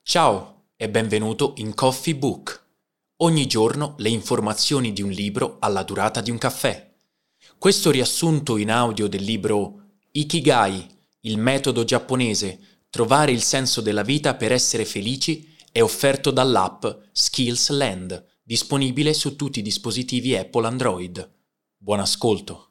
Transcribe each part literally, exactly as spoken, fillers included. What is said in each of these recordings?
Ciao e benvenuto in Coffee Book. Ogni giorno le informazioni di un libro alla durata di un caffè. Questo riassunto in audio del libro Ikigai, il metodo giapponese, trovare il senso della vita per essere felici, è offerto dall'app Skills Land, disponibile su tutti i dispositivi Apple Android. Buon ascolto.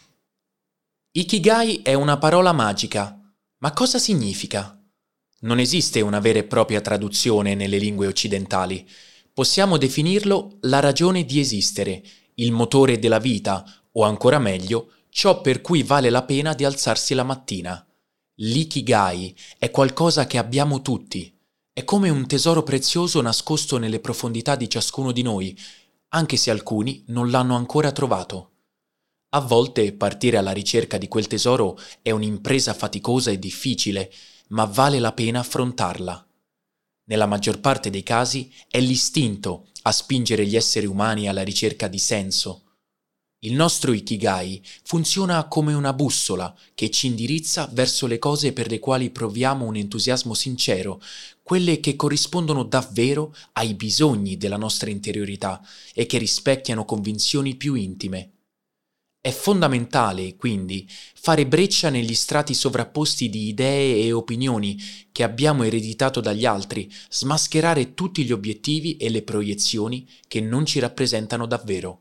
Ikigai è una parola magica, ma cosa significa? Non esiste una vera e propria traduzione nelle lingue occidentali. Possiamo definirlo la ragione di esistere, il motore della vita, o ancora meglio, ciò per cui vale la pena di alzarsi la mattina. L'ikigai è qualcosa che abbiamo tutti. È come un tesoro prezioso nascosto nelle profondità di ciascuno di noi, anche se alcuni non l'hanno ancora trovato. A volte partire alla ricerca di quel tesoro è un'impresa faticosa e difficile, ma vale la pena affrontarla. Nella maggior parte dei casi è l'istinto a spingere gli esseri umani alla ricerca di senso. Il nostro Ikigai funziona come una bussola che ci indirizza verso le cose per le quali proviamo un entusiasmo sincero, quelle che corrispondono davvero ai bisogni della nostra interiorità e che rispecchiano convinzioni più intime. È fondamentale, quindi, fare breccia negli strati sovrapposti di idee e opinioni che abbiamo ereditato dagli altri, smascherare tutti gli obiettivi e le proiezioni che non ci rappresentano davvero.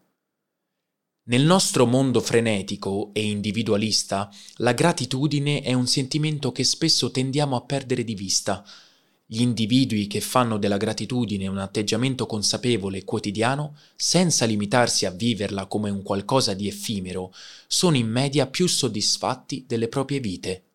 Nel nostro mondo frenetico e individualista, la gratitudine è un sentimento che spesso tendiamo a perdere di vista. Gli individui che fanno della gratitudine un atteggiamento consapevole e quotidiano, senza limitarsi a viverla come un qualcosa di effimero, sono in media più soddisfatti delle proprie vite.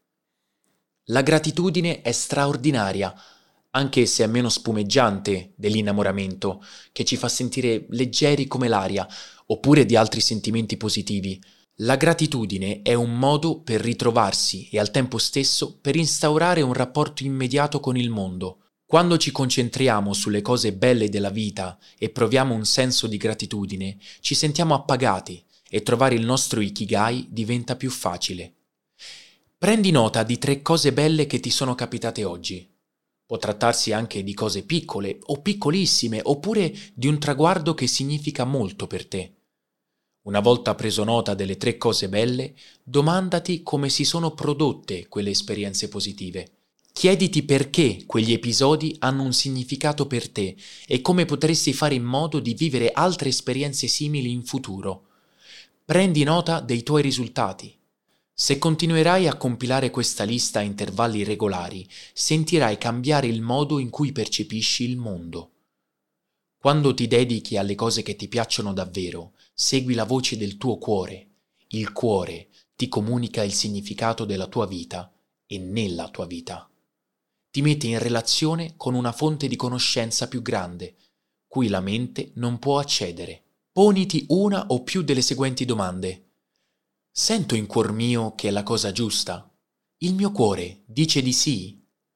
La gratitudine è straordinaria, anche se è meno spumeggiante dell'innamoramento, che ci fa sentire leggeri come l'aria, oppure di altri sentimenti positivi. La gratitudine è un modo per ritrovarsi e al tempo stesso per instaurare un rapporto immediato con il mondo. Quando ci concentriamo sulle cose belle della vita e proviamo un senso di gratitudine, ci sentiamo appagati e trovare il nostro Ikigai diventa più facile. Prendi nota di tre cose belle che ti sono capitate oggi. Può trattarsi anche di cose piccole o piccolissime, oppure di un traguardo che significa molto per te. Una volta preso nota delle tre cose belle, domandati come si sono prodotte quelle esperienze positive. Chiediti perché quegli episodi hanno un significato per te e come potresti fare in modo di vivere altre esperienze simili in futuro. Prendi nota dei tuoi risultati. Se continuerai a compilare questa lista a intervalli regolari, sentirai cambiare il modo in cui percepisci il mondo. Quando ti dedichi alle cose che ti piacciono davvero, segui la voce del tuo cuore. Il cuore ti comunica il significato della tua vita e nella tua vita. Ti mette in relazione con una fonte di conoscenza più grande, cui la mente non può accedere. Poniti una o più delle seguenti domande. Sento in cuor mio che è la cosa giusta? Il mio cuore dice di sì?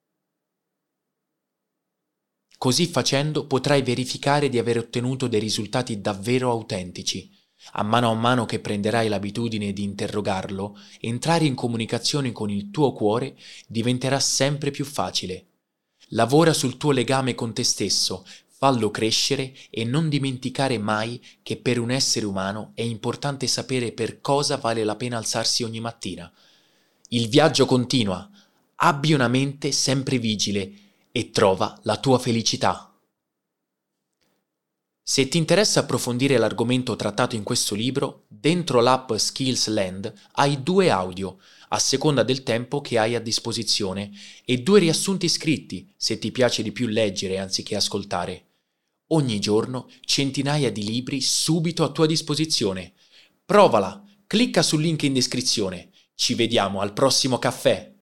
Così facendo potrai verificare di aver ottenuto dei risultati davvero autentici. A mano a mano che prenderai l'abitudine di interrogarlo, entrare in comunicazione con il tuo cuore diventerà sempre più facile. Lavora sul tuo legame con te stesso, fallo crescere e non dimenticare mai che per un essere umano è importante sapere per cosa vale la pena alzarsi ogni mattina. Il viaggio continua, abbi una mente sempre vigile e trova la tua felicità. Se ti interessa approfondire l'argomento trattato in questo libro, dentro l'app Skills Land hai due audio, a seconda del tempo che hai a disposizione, e due riassunti scritti, se ti piace di più leggere anziché ascoltare. Ogni giorno centinaia di libri subito a tua disposizione. Provala, clicca sul link in descrizione. Ci vediamo al prossimo caffè.